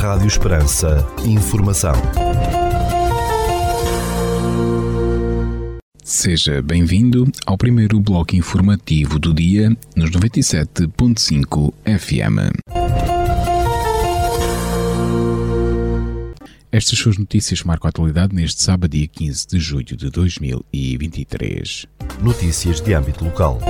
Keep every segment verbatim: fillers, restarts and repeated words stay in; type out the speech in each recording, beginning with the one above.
Rádio Esperança. Informação. Seja bem-vindo ao primeiro bloco informativo do dia nos noventa e sete ponto cinco F M. Estas são as notícias que marcam a atualidade neste sábado, dia quinze de julho de dois mil e vinte e três. Notícias de âmbito local.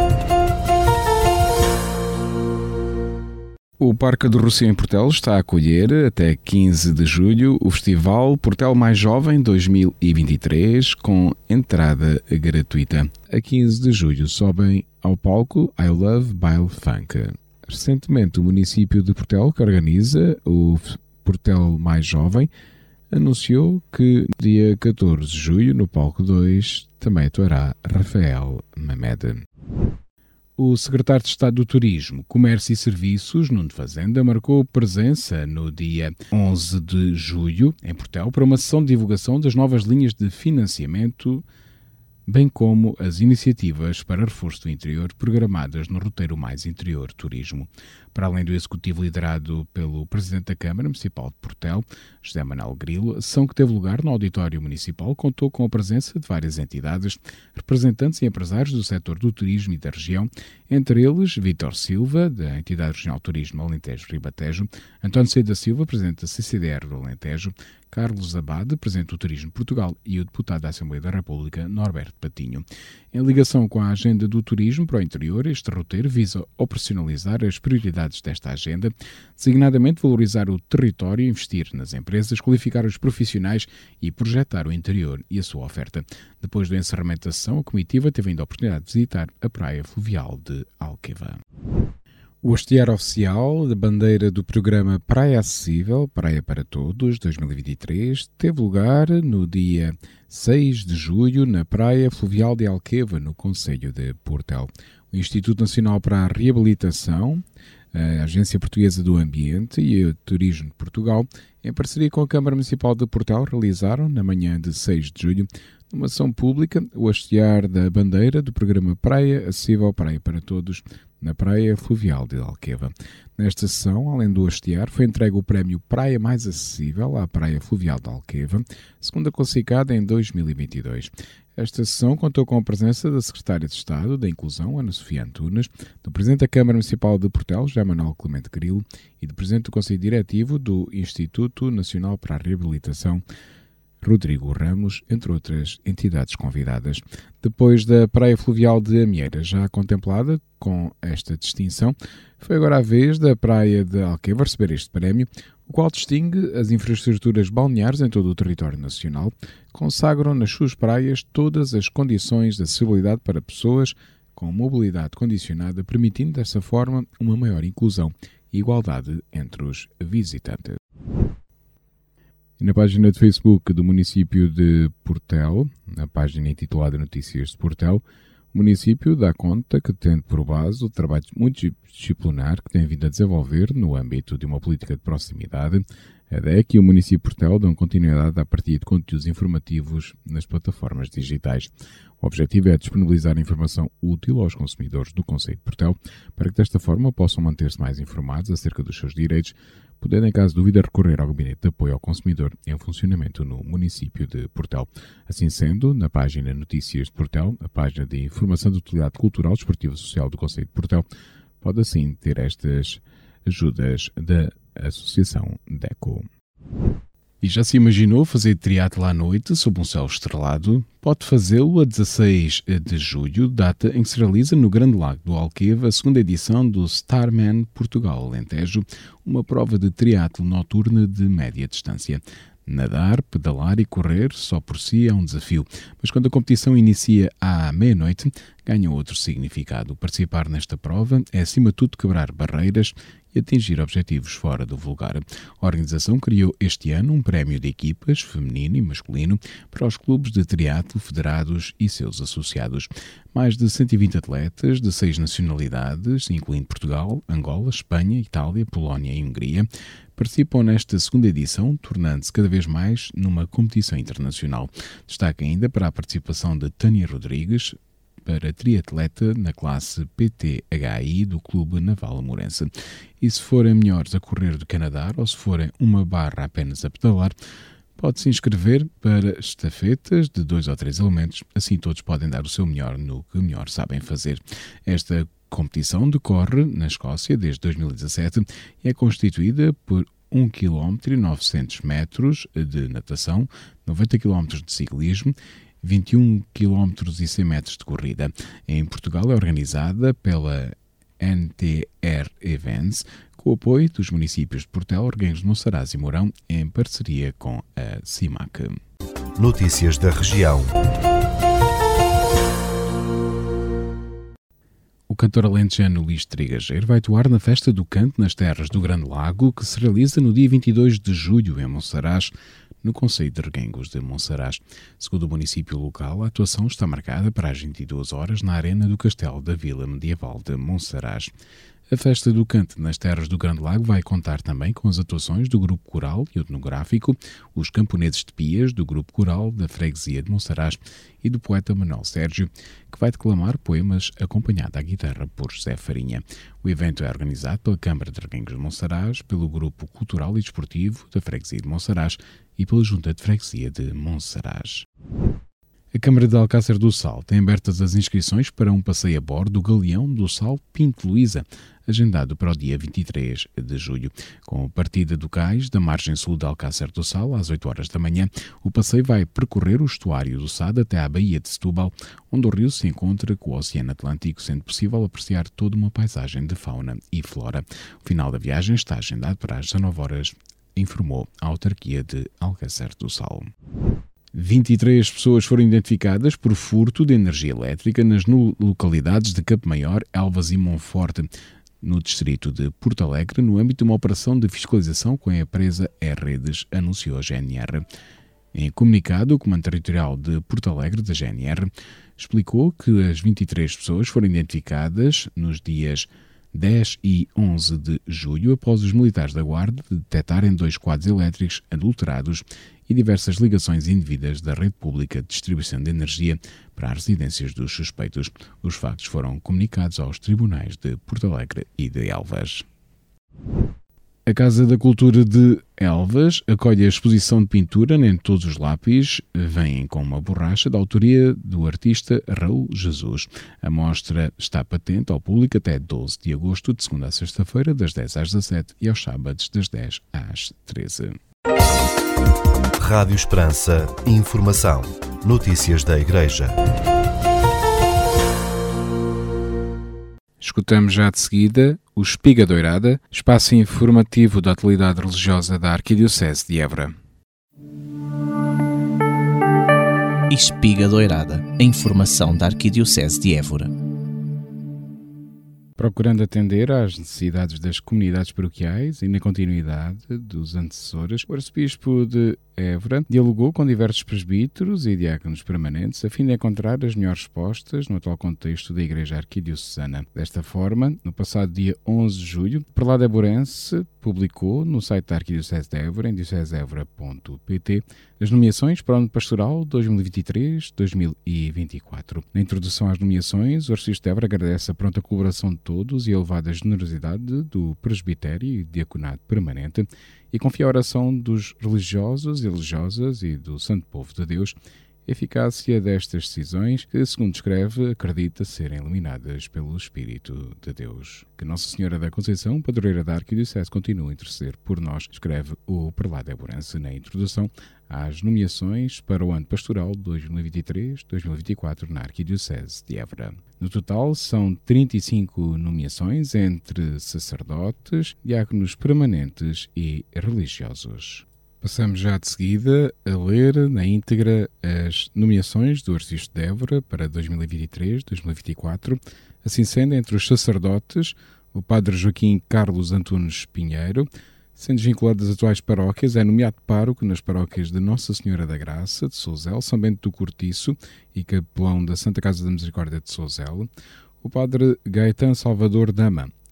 O Parque do Rossio em Portel está a acolher até quinze de julho o Festival Portel Mais Jovem dois mil e vinte e três, com entrada gratuita. A quinze de julho sobem ao palco I Love Baile Funk. Recentemente, o município de Portel, que organiza o Portel Mais Jovem, anunciou que dia catorze de julho, no palco dois, também atuará Rafael Mamed. O secretário de Estado do Turismo, Comércio e Serviços, Nuno Fazenda, marcou presença no dia onze de julho, em Portel, para uma sessão de divulgação das novas linhas de financiamento, bem como as iniciativas para reforço do interior programadas no roteiro Mais Interior Turismo. Para além do executivo liderado pelo Presidente da Câmara Municipal de Portel, José Manuel Grilo, a sessão que teve lugar no Auditório Municipal contou com a presença de várias entidades, representantes e empresários do setor do turismo e da região, entre eles Vítor Silva, da Entidade Regional Turismo Alentejo Ribatejo, António C. da Silva, Presidente da C C D R do Alentejo, Carlos Abade, Presidente do Turismo de Portugal, e o Deputado da Assembleia da República, Norberto Patinho. Em ligação com a agenda do turismo para o interior, este roteiro visa operacionalizar as prioridades desta agenda, designadamente valorizar o território, investir nas empresas, qualificar os profissionais e projetar o interior e a sua oferta. Depois do encerramento da sessão, a comitiva teve ainda a oportunidade de visitar a praia fluvial de Alqueva. O hastear oficial da bandeira do programa Praia Acessível, Praia para Todos, dois mil e vinte e três, teve lugar no dia seis de julho na Praia Fluvial de Alqueva, no concelho de Portel. O Instituto Nacional para a Reabilitação, a Agência Portuguesa do Ambiente e o Turismo de Portugal, em parceria com a Câmara Municipal de Portel, realizaram, na manhã de seis de julho, numa ação pública, o hastear da bandeira do programa Praia Acessível, Praia para Todos, na Praia Fluvial de Alqueva. Nesta sessão, além do hastear, foi entregue o prémio Praia Mais Acessível à Praia Fluvial de Alqueva, segunda classificada em dois mil e vinte e dois. Esta sessão contou com a presença da Secretária de Estado da Inclusão, Ana Sofia Antunes, do Presidente da Câmara Municipal de Portel, José Manuel Clemente Grilo, e do Presidente do Conselho Diretivo do Instituto Nacional para a Reabilitação, Rodrigo Ramos, entre outras entidades convidadas. Depois da Praia Fluvial de Amieira, já contemplada com esta distinção, foi agora a vez da Praia de Alqueva receber este prémio, o qual distingue as infraestruturas balneares em todo o território nacional, consagram nas suas praias todas as condições de acessibilidade para pessoas com mobilidade condicionada, permitindo dessa forma uma maior inclusão e igualdade entre os visitantes. E na página de Facebook do município de Portel, na página intitulada Notícias de Portel, o município dá conta que tem por base o trabalho multidisciplinar que tem vindo a desenvolver no âmbito de uma política de proximidade. A ideia é que o município de Portel dê continuidade à partilha de conteúdos informativos nas plataformas digitais. O objetivo é disponibilizar informação útil aos consumidores do concelho de Portel para que desta forma possam manter-se mais informados acerca dos seus direitos, podendo, em caso de dúvida, recorrer ao Gabinete de Apoio ao Consumidor em funcionamento no município de Portel. Assim sendo, na página Notícias de Portel, a página de Informação de Utilidade Cultural, Desportiva e Social do Concelho de Portel, pode assim ter estas ajudas da Associação DECO. E já se imaginou fazer triatlo à noite sob um céu estrelado? Pode fazê-lo a dezasseis de julho, data em que se realiza no Grande Lago do Alqueva a segunda edição do Starman Portugal Alentejo, uma prova de triatlo noturna de média distância. Nadar, pedalar e correr só por si é um desafio, mas quando a competição inicia à meia-noite, ganha outro significado. Participar nesta prova é, acima de tudo, quebrar barreiras e atingir objetivos fora do vulgar. A organização criou este ano um prémio de equipas, feminino e masculino, para os clubes de triatlo federados e seus associados. Mais de cento e vinte atletas de seis nacionalidades, incluindo Portugal, Angola, Espanha, Itália, Polónia e Hungria, participam nesta segunda edição, tornando-se cada vez mais numa competição internacional. Destaque ainda para a participação de Tânia Rodrigues, para triatleta na classe P T H I do Clube Naval Amorense. E se forem melhores a correr do que a nadar, ou se forem uma barra apenas a pedalar, pode-se inscrever para estafetas de dois ou três elementos, assim todos podem dar o seu melhor no que melhor sabem fazer. Esta competição decorre na Escócia desde dois mil e dezassete e é constituída por um quilômetro e novecentos metros de natação, noventa quilómetros de ciclismo, vinte e um quilómetros e cem metros de corrida. Em Portugal é organizada pela N T R Events, com o apoio dos municípios de Portela, Arguengos de Monsaraz e Mourão, em parceria com a CIMAC. Notícias da região. O cantor alentejano Luís Trigageiro vai atuar na Festa do Canto nas Terras do Grande Lago, que se realiza no dia vinte e dois de julho, em Monsaraz, no concelho de Arguengos de Monsaraz. Segundo o município local, a atuação está marcada para as vinte e duas horas na Arena do Castelo da Vila Medieval de Monsaraz. A Festa do Canto nas Terras do Grande Lago vai contar também com as atuações do Grupo Coral e Etnográfico, os Camponeses de Pias, do Grupo Coral da Freguesia de Monsaraz e do poeta Manuel Sérgio, que vai declamar poemas acompanhado à guitarra por José Farinha. O evento é organizado pela Câmara de Arguengos de Monsaraz, pelo Grupo Cultural e Desportivo da Freguesia de Monsaraz e pela Junta de Freguesia de Monsaraz. A Câmara de Alcácer do Sal tem abertas as inscrições para um passeio a bordo do Galeão do Sal Pinto Luísa, agendado para o dia vinte e três de julho. Com a partida do cais da margem sul de Alcácer do Sal, às oito horas da manhã, o passeio vai percorrer o estuário do Sado até à Baía de Setúbal, onde o rio se encontra com o Oceano Atlântico, sendo possível apreciar toda uma paisagem de fauna e flora. O final da viagem está agendado para as dezanove horas, informou a autarquia de Alcácer do Sal. vinte e três pessoas foram identificadas por furto de energia elétrica nas localidades de Campo Maior, Elvas e Monforte, no distrito de Porto Alegre, no âmbito de uma operação de fiscalização com a empresa E-Redes, anunciou a G N R. Em comunicado, o Comando Territorial de Porto Alegre, da G N R, explicou que as vinte e três pessoas foram identificadas nos dias dez e onze de julho, após os militares da Guarda detectarem dois quadros elétricos adulterados e diversas ligações indevidas da rede pública de distribuição de energia para as residências dos suspeitos. Os factos foram comunicados aos tribunais de Porto Alegre e de Elvas. A Casa da Cultura de Elvas acolhe a exposição de pintura Nem Todos os Lápis Vêm com uma Borracha, da autoria do artista Raul Jesus. A mostra está patente ao público até doze de agosto, de segunda a sexta-feira, das dez às dezassete e aos sábados, das dez às treze. Rádio Esperança. Informação. Notícias da Igreja. Escutamos já de seguida o Espiga Doirada, espaço informativo da atualidade religiosa da Arquidiocese de Évora. Espiga Doirada, a informação da Arquidiocese de Évora. Procurando atender às necessidades das comunidades paroquiais e na continuidade dos antecessores, o arcebispo de Évora dialogou com diversos presbíteros e diáconos permanentes a fim de encontrar as melhores respostas no atual contexto da Igreja Arquidiocesana. Desta forma, no passado dia onze de julho, o prelado évorense publicou no site da Arquidiocese de Évora, em diocesevora ponto pt, as nomeações para o ano pastoral dois mil e vinte e três a dois mil e vinte e quatro. Na introdução às nomeações, o arcebispo de Évora agradece a pronta colaboração de todos e a elevada generosidade do presbitério e diaconato permanente e confia a oração dos religiosos e religiosas e do Santo Povo de Deus a eficácia destas decisões que, segundo escreve, acredita serem iluminadas pelo Espírito de Deus. Que Nossa Senhora da Conceição, padroeira da Arquidiocese, continue a interceder por nós, escreve o prelado évorense na introdução às nomeações para o ano pastoral dois mil e vinte e três a dois mil e vinte e quatro na Arquidiocese de Évora. No total, são trinta e cinco nomeações entre sacerdotes, diáconos permanentes e religiosos. Passamos já de seguida a ler na íntegra as nomeações do arcebispo de Évora para dois mil e vinte e três a dois mil e vinte e quatro. Assim sendo, entre os sacerdotes, o padre Joaquim Carlos Antunes Pinheiro, sendo desvinculado das atuais paróquias, é nomeado pároco nas paróquias de Nossa Senhora da Graça, de Sousel, São Bento do Cortiço e capelão da Santa Casa da Misericórdia de Sousel. O padre Gaetan Salvador Dama,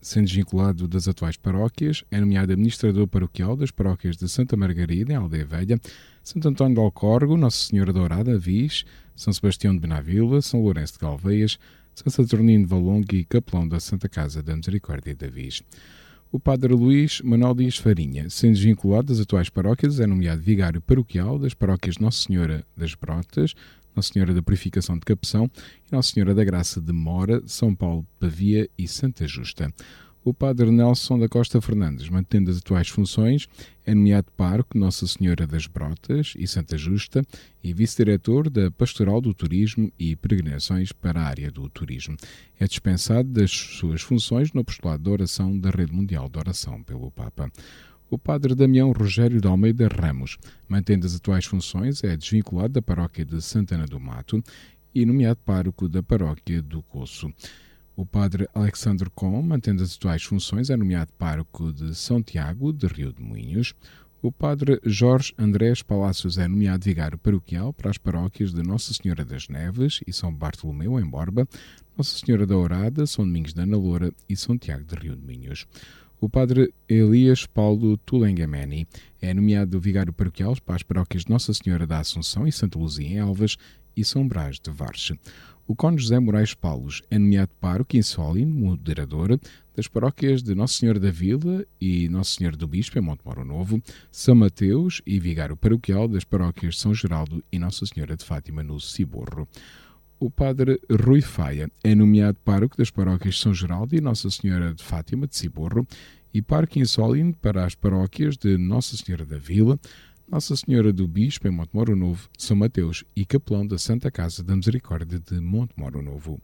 sendo desvinculado das atuais paróquias, é nomeado administrador paroquial das paróquias de Santa Margarida, em Aldeia Velha, Santo António de Alcorgo, Nossa Senhora da Ourada, Avis, São Sebastião de Benavila, São Lourenço de Galveias, São Saturnino de Valongo e capelão da Santa Casa da Misericórdia de Avis. O padre Luís Manuel Dias Farinha, sendo desvinculado das atuais paróquias, é nomeado vigário paroquial das paróquias Nossa Senhora das Brotas, Nossa Senhora da Purificação de Capeção e Nossa Senhora da Graça de Mora, São Paulo de Pavia e Santa Justa. O padre Nelson da Costa Fernandes, mantendo as atuais funções, é nomeado pároco Nossa Senhora das Brotas e Santa Justa e vice-diretor da Pastoral do Turismo e Peregrinações para a área do turismo. É dispensado das suas funções no apostolado de oração da Rede Mundial de Oração pelo Papa. O padre Damião Rogério de Almeida Ramos, mantendo as atuais funções, é desvinculado da paróquia de Santana do Mato e nomeado pároco da paróquia do Coço. O padre Alexandre Com, mantendo as atuais funções, é nomeado pároco de São Tiago, de Rio de Moinhos. O padre Jorge Andrés Palácios é nomeado vigário paroquial para as paróquias de Nossa Senhora das Neves e São Bartolomeu, em Borba, Nossa Senhora da Ourada, São Domingos da Ana Loura e São Tiago, de Rio de Moinhos. O padre Elias Paulo Tulengameni é nomeado vigário paroquial para as paróquias de Nossa Senhora da Assunção e Santa Luzia, em Elvas, e São Brás de Varche. O cônego José Moraes Paulos é nomeado pároco insólino, moderador, das paróquias de Nossa Senhora da Vila e Nossa Senhora do Bispo, em Montemoro Novo, São Mateus e vigário paroquial das paróquias de São Geraldo e Nossa Senhora de Fátima, no Ciborro. O padre Rui Faia é nomeado pároco das paróquias de São Geraldo e Nossa Senhora de Fátima, de Ciborro, e pároco insólino para as paróquias de Nossa Senhora da Vila, Nossa Senhora do Bispo, em Montemoro Novo, São Mateus e capelão da Santa Casa da Misericórdia de Montemoro Novo.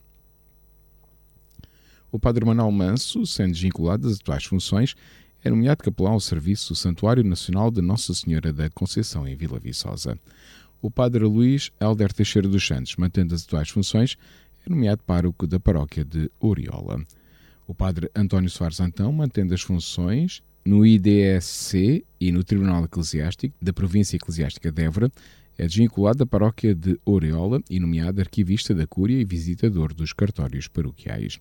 O padre Manuel Manso, sendo desvinculado das atuais funções, é nomeado capelão ao serviço do Santuário Nacional de Nossa Senhora da Conceição, em Vila Viçosa. O padre Luís Helder Teixeira dos Santos, mantendo as atuais funções, é nomeado pároco da paróquia de Oriola. O padre António Soares Antão, mantendo as funções no I D S C e no Tribunal Eclesiástico da Província Eclesiástica de Évora, é desvinculado da paróquia de Oriola e nomeado arquivista da Cúria e visitador dos cartórios paroquiais.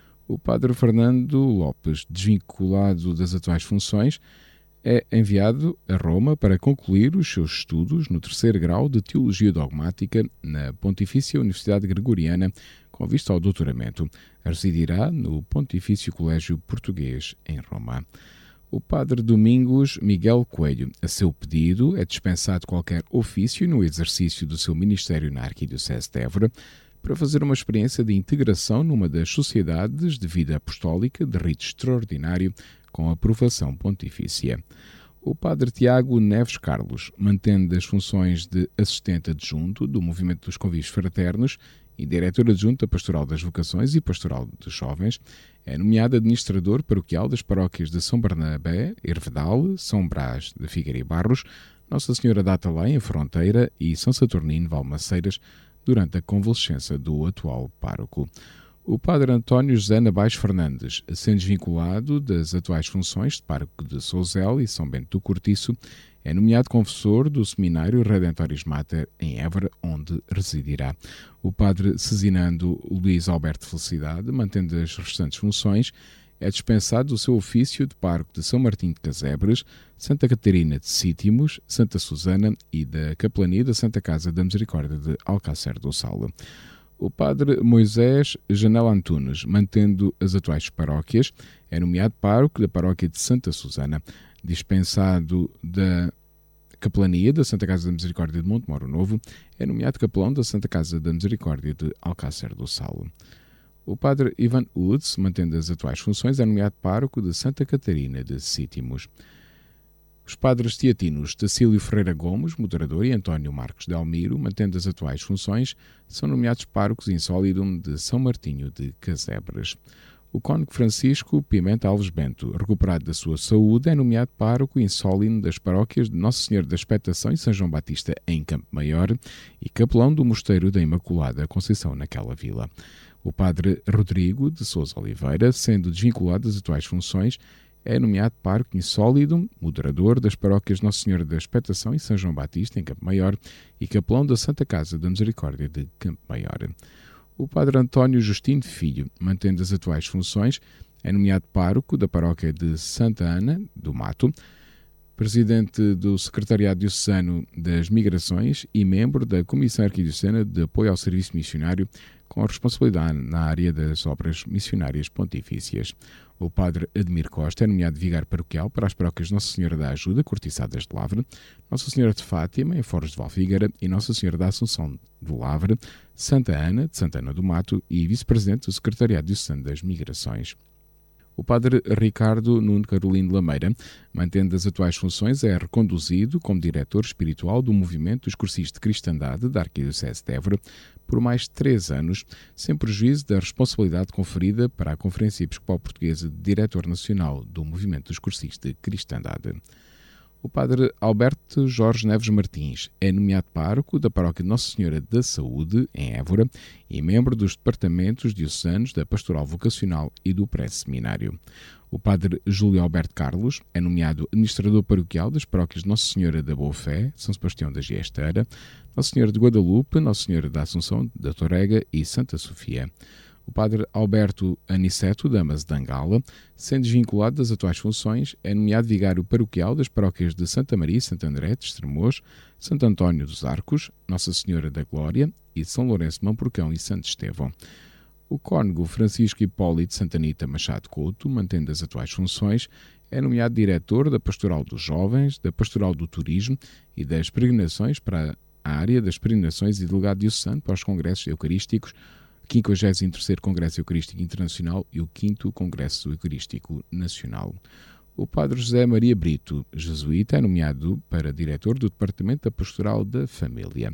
O padre Fernando Lopes, desvinculado das atuais funções, é enviado a Roma para concluir os seus estudos no terceiro grau de Teologia Dogmática na Pontifícia Universidade Gregoriana, com vista ao doutoramento. Residirá no Pontifício Colégio Português, em Roma. O padre Domingos Miguel Coelho, a seu pedido, é dispensado qualquer ofício no exercício do seu ministério na Arquidiocese de Évora para fazer uma experiência de integração numa das sociedades de vida apostólica de rito extraordinário com aprovação pontifícia. O padre Tiago Neves Carlos, mantendo as funções de assistente adjunto do Movimento dos Convívios Fraternos e diretor adjunto da Pastoral das Vocações e Pastoral dos Jovens, é nomeado administrador paroquial das paróquias de São Bernabé, Hervedal, São Brás de Figueira e Barros, Nossa Senhora da Atalaia, em Fronteira e São Saturnino, Valmaceiras, durante a convalescença do atual pároco. O padre António José Nabais Fernandes, sendo desvinculado das atuais funções de pároco de Souzel e São Bento do Cortiço, é nomeado confessor do Seminário Redentoris Mater em Évora, onde residirá. O padre Cesinando Luís Alberto Felicidade, mantendo as restantes funções, é dispensado do seu ofício de pároco de São Martim de Casebres, Santa Catarina de Sítimos, Santa Susana e da capelania da Santa Casa da Misericórdia de Alcácer do Sal. O padre Moisés Janela Antunes, mantendo as atuais paróquias, é nomeado pároco da paróquia de Santa Susana, dispensado da capelania da Santa Casa da Misericórdia de Montemoro Novo, é nomeado capelão da Santa Casa da Misericórdia de Alcácer do Sal. O padre Ivan Utz, mantendo as atuais funções, é nomeado pároco de Santa Catarina de Sítimos. Os padres teatinos Tacílio Ferreira Gomes, moderador, e António Marcos de Almiro, mantendo as atuais funções, são nomeados párocos insólidum de São Martinho de Casebres. O cônego Francisco Pimenta Alves Bento, recuperado da sua saúde, é nomeado pároco insólino das paróquias de Nossa Senhora da Expectação e São João Batista em Campo Maior e capelão do Mosteiro da Imaculada Conceição naquela vila. O padre Rodrigo de Sousa Oliveira, sendo desvinculado das atuais funções, é nomeado pároco insólidum, moderador das paróquias Nossa Senhora da Expectação e São João Batista em Campo Maior e capelão da Santa Casa da Misericórdia de Campo Maior. O padre António Justino Filho, mantendo as atuais funções, é nomeado pároco da paróquia de Santa Ana do Mato, presidente do Secretariado Diocesano das Migrações e membro da Comissão Arquidiocesana de Apoio ao Serviço Missionário, com responsabilidade na área das obras missionárias pontifícias. O padre Ademir Costa é nomeado vigário paroquial para as paróquias Nossa Senhora da Ajuda, Cortiçadas de Lavra, Nossa Senhora de Fátima, em Foros de Valfigueira, e Nossa Senhora da Assunção de Lavra, Santa Ana, de Santa Ana do Mato, e vice-presidente do Secretariado Diocesano das Migrações. O padre Ricardo Nuno Carolino Lameira, mantendo as atuais funções, é reconduzido como diretor espiritual do movimento dos Cursis de Cristandade da Arquidiocese de Évora por mais de três anos, sem prejuízo da responsabilidade conferida para a Conferência Episcopal Portuguesa de Diretor Nacional do movimento dos Cursis de Cristandade. O padre Alberto Jorge Neves Martins é nomeado pároco da paróquia de Nossa Senhora da Saúde, em Évora, e membro dos departamentos diocesanos da Pastoral Vocacional e do Pré-Seminário. O padre Júlio Alberto Carlos é nomeado administrador paroquial das paróquias de Nossa Senhora da Boa Fé, São Sebastião da Giesteira, Nossa Senhora de Guadalupe, Nossa Senhora da Assunção da Torrega e Santa Sofia. O padre Alberto Aniceto Damas de Angala, sendo desvinculado das atuais funções, é nomeado vigário paroquial das paróquias de Santa Maria e Santo André de Estremoz, Santo António dos Arcos, Nossa Senhora da Glória e São Lourenço de Mamporcão e Santo Estevão. O cônego Francisco Hipólito Santanita Machado Couto, mantendo as atuais funções, é nomeado diretor da Pastoral dos Jovens, da Pastoral do Turismo e das Peregrinações para a área das peregrinações e delegado diocesano para os congressos eucarísticos, quinquagésimo terceiro Congresso Eucarístico Internacional e o quinto Congresso Eucarístico Nacional. O padre José Maria Brito, jesuíta, é nomeado para diretor do Departamento da Pastoral da Família.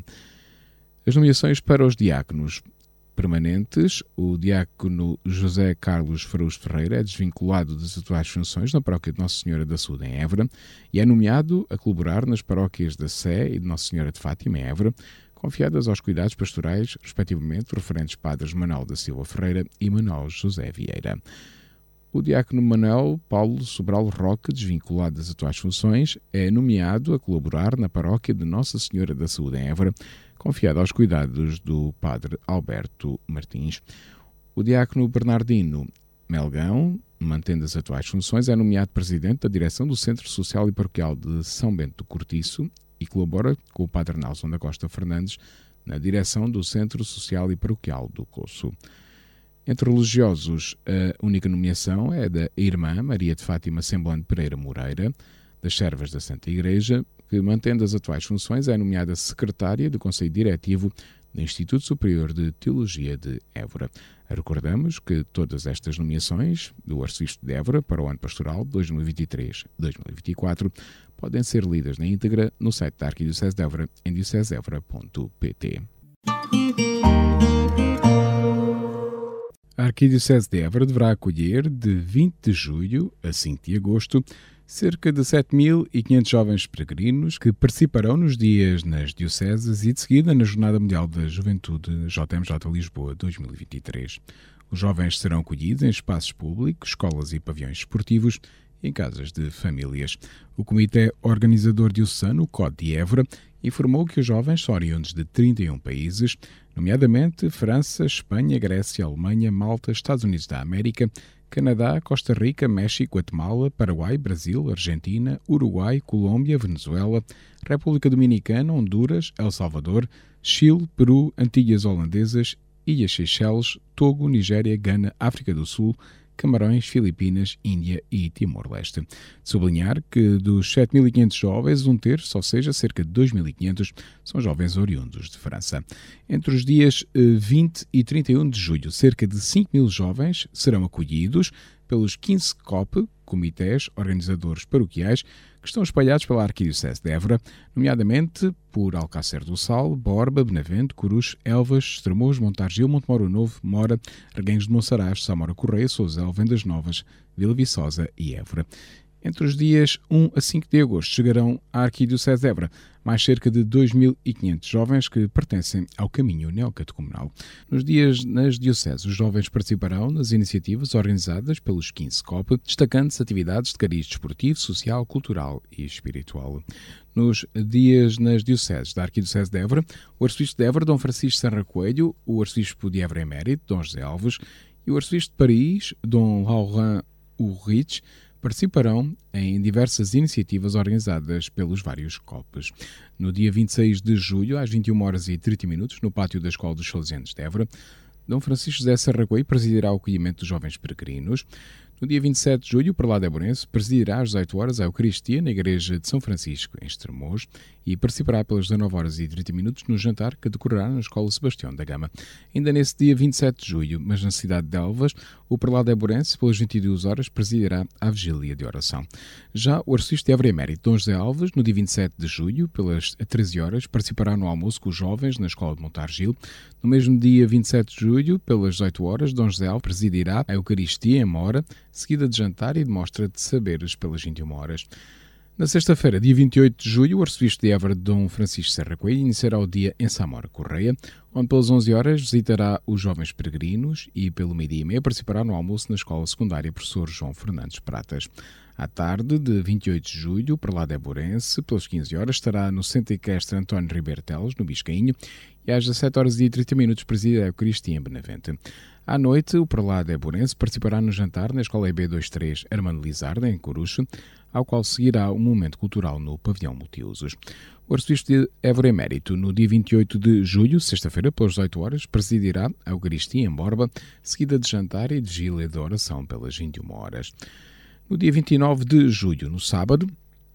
As nomeações para os diáconos permanentes: o diácono José Carlos Fraus Ferreira é desvinculado das atuais funções na paróquia de Nossa Senhora da Saúde, em Évora, e é nomeado a colaborar nas paróquias da Sé e de Nossa Senhora de Fátima, em Évora, confiadas aos cuidados pastorais, respectivamente, referentes padres Manuel da Silva Ferreira e Manuel José Vieira. O diácono Manuel Paulo Sobral Roque, desvinculado das atuais funções, é nomeado a colaborar na paróquia de Nossa Senhora da Saúde, em Évora, confiado aos cuidados do padre Alberto Martins. O diácono Bernardino Melgão, mantendo as atuais funções, é nomeado presidente da direção do Centro Social e Paroquial de São Bento do Cortiço e colabora com o padre Nelson da Costa Fernandes na direção do Centro Social e Paroquial do Coço. Entre religiosos, a única nomeação é da irmã Maria de Fátima Semblante Pereira Moreira, das Servas da Santa Igreja, que, mantendo as atuais funções, é nomeada secretária do Conselho Diretivo do Instituto Superior de Teologia de Évora. Recordamos que todas estas nomeações do Arcebispo de Évora para o ano pastoral dois mil e vinte e três a dois mil e vinte e quatro podem ser lidas na íntegra no site da Arquidiocese de Évora, em diocesevora ponto pt. A Arquidiocese de Évora deverá acolher, de vinte de julho a cinco de agosto, cerca de sete mil e quinhentos jovens peregrinos que participarão nos dias nas dioceses e de seguida na Jornada Mundial da Juventude J M J Lisboa dois mil e vinte e três. Os jovens serão acolhidos em espaços públicos, escolas e pavilhões esportivos e em casas de famílias. O Comitê Organizador Diocesano, o C O D de Évora, informou que os jovens são oriundos de trinta e um países, nomeadamente França, Espanha, Grécia, Alemanha, Malta, Estados Unidos da América, Canadá, Costa Rica, México, Guatemala, Paraguai, Brasil, Argentina, Uruguai, Colômbia, Venezuela, República Dominicana, Honduras, El Salvador, Chile, Peru, Antilhas Holandesas, Ilhas Seychelles, Togo, Nigéria, Gana, África do Sul, Camarões, Filipinas, Índia e Timor-Leste. De sublinhar que dos sete mil e quinhentos jovens, um terço, ou seja, cerca de dois mil e quinhentos, são jovens oriundos de França. Entre os dias vinte e trinta e um de julho, cerca de cinco mil jovens serão acolhidos pelos quinze C O P, comitês organizadores paroquiais, que estão espalhados pela Arquidiocese de Évora, nomeadamente por Alcácer do Sal, Borba, Benavente, Coruche, Elvas, Estremoz, Montargil, Montemoro Novo, Mora, Reguengos de Monsaraz, Samora Correia, Sousel, Vendas Novas, Vila Viçosa e Évora. Entre os dias um a cinco de agosto chegarão à Arquidiocese de Évora mais cerca de dois mil e quinhentos jovens que pertencem ao caminho neocatecumenal. Nos dias nas dioceses, os jovens participarão nas iniciativas organizadas pelos quinze C O P, destacando-se atividades de cariz desportivo, social, cultural e espiritual. Nos dias nas dioceses da Arquidiocese de Évora, o Arcebispo de Évora, Dom Francisco Serra Coelho, o Arcebispo de Évora Emérito, Dom José Alves, e o arcebispo de Paris, Dom Laurent Ulrich, participarão em diversas iniciativas organizadas pelos vários C O Ps. No dia vinte e seis de julho, às vinte e uma horas e trinta minutos, no pátio da Escola dos Salesianos de Évora, Dom Francisco José Serra Coelho presidirá o acolhimento dos jovens peregrinos. No dia vinte e sete de julho, o prelado Évorense presidirá às dezoito horas a Eucaristia na Igreja de São Francisco, em Estremoz, e participará pelas dezanove horas e trinta minutos no jantar que decorrerá na Escola Sebastião da Gama. Ainda nesse dia vinte e sete de julho, mas na cidade de Elvas, o prelado Évorense, pelas vinte e duas horas, presidirá a vigília de oração. Já o arcebispo de Évora Emérito, Dom José Alves, no dia vinte e sete de julho, pelas treze horas, participará no almoço com os jovens na Escola de Montargil. No mesmo dia vinte e sete de julho, pelas dezoito horas, Dom José Alves presidirá a Eucaristia em Mora, seguida de jantar e de mostra de saberes pelas vinte e uma horas. Na sexta-feira, dia vinte e oito de julho, o arcebispo de Évora, Dom Francisco Serra Coelho, iniciará o dia em Samora Correia, onde pelas onze horas visitará os jovens peregrinos e pelo meio-dia e meia participará no almoço na Escola Secundária Professor João Fernandes Pratas. À tarde de vinte e oito de julho, o prelado évorense, pelas quinze horas, estará no Centro Equestre António Ribeiro Teles, no Biscainho, e às dezassete horas e trinta minutos presida a Eucaristia em Benavente. À noite, o prelado évorense participará no jantar na Escola E B vinte e três Armando Lizarda, em Coruche, ao qual seguirá um momento cultural no pavilhão multiusos. O arcebispo de Évora Emérito, no dia vinte e oito de julho, sexta-feira, pelas dezoito horas, presidirá a Eucaristia em Borba, seguida de jantar e de vigília de oração pelas vinte e uma horas. No dia vinte e nove de julho, no sábado,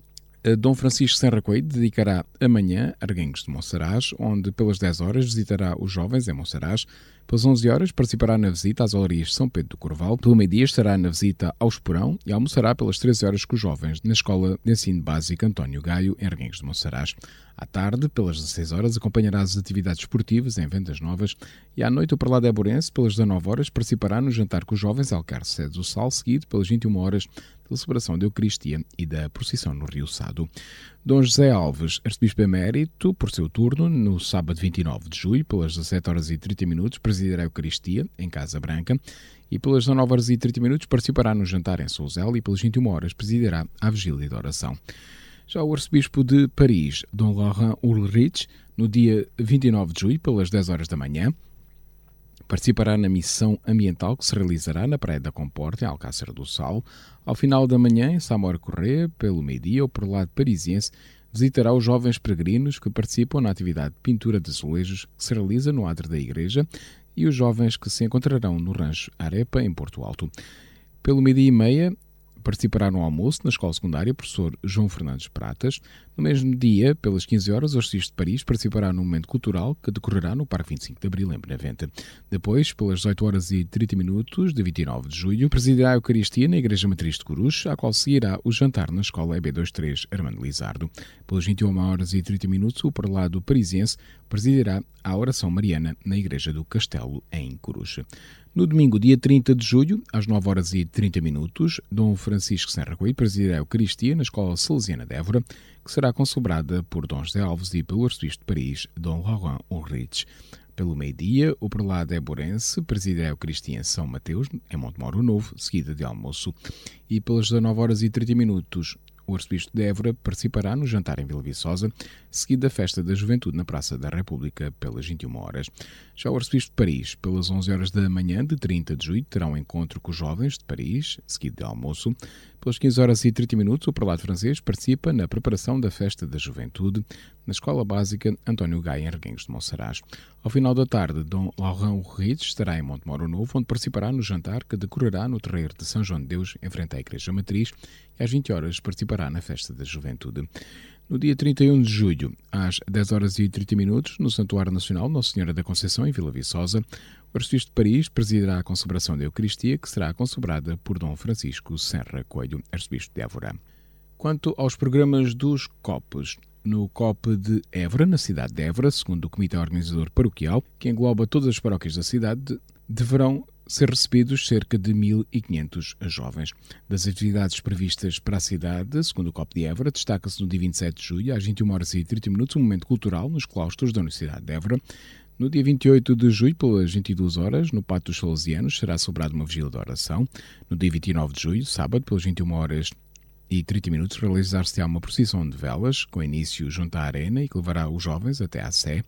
Dom Francisco Serra Coelho dedicará amanhã a Arguenhos de Monsaraz, onde pelas dez horas visitará os jovens em Monsaraz. Pelas onze horas participará na visita às Olarias de São Pedro do Corval. Pelo meio-dia estará na visita ao Esporão e almoçará pelas treze horas com os jovens na Escola de Ensino Básico António Gaio, em Arguenhos de Monsaraz. À tarde, pelas dezasseis horas, acompanhará as atividades esportivas em Vendas Novas e à noite o prelado évorense, pelas dezanove horas, participará no jantar com os jovens Alcarce Cé do Sal, seguido pelas vinte e uma horas da celebração da Eucaristia e da procissão no Rio Sado. Dom José Alves, arcebispo emérito, por seu turno, no sábado vinte e nove de julho, pelas dezassete horas e trinta minutos, presidirá a Eucaristia em Casa Branca e pelas dezanove horas e trinta minutos participará no jantar em Souzel e pelas vinte e uma horas presidirá a vigília de oração. Já o arcebispo de Paris, Dom Laurent Ulrich, no dia vinte e nove de julho, pelas dez horas da manhã, participará na missão ambiental que se realizará na Praia da Comporta, em Alcácer do Sal. Ao final da manhã, em Samora Correia, pelo meio-dia, o prelado parisiense visitará os jovens peregrinos que participam na atividade de pintura de azulejos que se realiza no adro da igreja e os jovens que se encontrarão no Rancho Arepa, em Porto Alto. Pelo meio-dia e meia, participará no almoço na Escola Secundária Professor João Fernandes Pratas. No mesmo dia, pelas quinze horas, o arcebispo de Paris participará num momento cultural que decorrerá no Parque vinte e cinco de Abril, em Benavente. Depois, pelas dezoito horas e trinta minutos de vinte e nove de julho, presidirá a Eucaristia na Igreja Matriz de Coruche, à qual seguirá o jantar na Escola E B vinte e três Armando Lizardo. Pelas vinte e uma horas e trinta minutos, o prelado parisiense presidirá a oração mariana na Igreja do Castelo, em Coruche. No domingo, dia trinta de julho, às nove horas e trinta minutos, Dom Francisco Serra Coelho presidirá a Eucaristia na Escola Salesiana de Évora, que será concelebrada por Dom José Alves e pelo arcebispo de Paris, Dom Laurent Ulrich. Pelo meio-dia, o prelado évorense presidirá a Eucaristia em São Mateus, em Montemoro Novo, seguida de almoço. E pelas dezanove horas e trinta minutos, o arcebispo de Évora participará no jantar em Vila Viçosa, seguido da festa da Juventude na Praça da República pelas vinte e uma horas. Já o arcebispo de Paris, pelas onze horas da manhã de trinta de julho, terá um encontro com os jovens de Paris, seguido de almoço. Pelas quinze horas e trinta minutos, o prelado francês participa na preparação da festa da Juventude na Escola Básica António Gaio, em Arguenhos de Monsaraz. Ao final da tarde, Dom Laurent Ulrich estará em Montemoro Novo, onde participará no jantar que decorrerá no terreiro de São João de Deus, em frente à Igreja Matriz, e às vinte horas participará na festa da Juventude. No dia trinta e um de julho, às dez horas e trinta minutos, no Santuário Nacional Nossa Senhora da Conceição, em Vila Viçosa, o arcebispo de Paris presidirá a concelebração da Eucaristia, que será concelebrada por Dom Francisco Serra Coelho, arcebispo de Évora. Quanto aos programas dos C O Ps, no C O P de Évora, na cidade de Évora, segundo o Comitê Organizador Paroquial, que engloba todas as paróquias da cidade, deverão ser recebidos cerca de mil e quinhentos jovens. Das atividades previstas para a cidade, segundo o C O P de Évora, destaca-se no dia vinte e sete de julho, às vinte e uma horas e trinta minutos, um momento cultural nos claustros da Universidade de Évora. No dia vinte e oito de julho, pelas vinte e duas horas, no Pátio dos Salesianos, será celebrada uma vigília de oração. No dia vinte e nove de julho, sábado, pelas vinte e uma horas e trinta minutos, realizar-se-á uma procissão de velas, com início junto à arena e que levará os jovens até à Sé.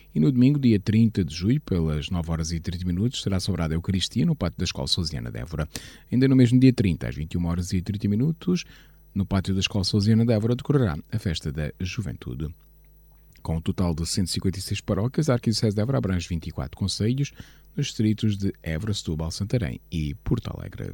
E no domingo, dia trinta de julho, pelas nove horas e trinta minutos, será celebrada a Eucaristia no pátio da Escola Salesiana de Évora. Ainda no mesmo dia trinta, às vinte e uma horas e trinta minutos, no pátio da Escola Salesiana de Évora, decorrerá a Festa da Juventude. Com um total de cento e cinquenta e seis paróquias, a Arquidiocese de Évora abrange vinte e quatro concelhos nos distritos de Évora, Setúbal, Santarém e Porto Alegre.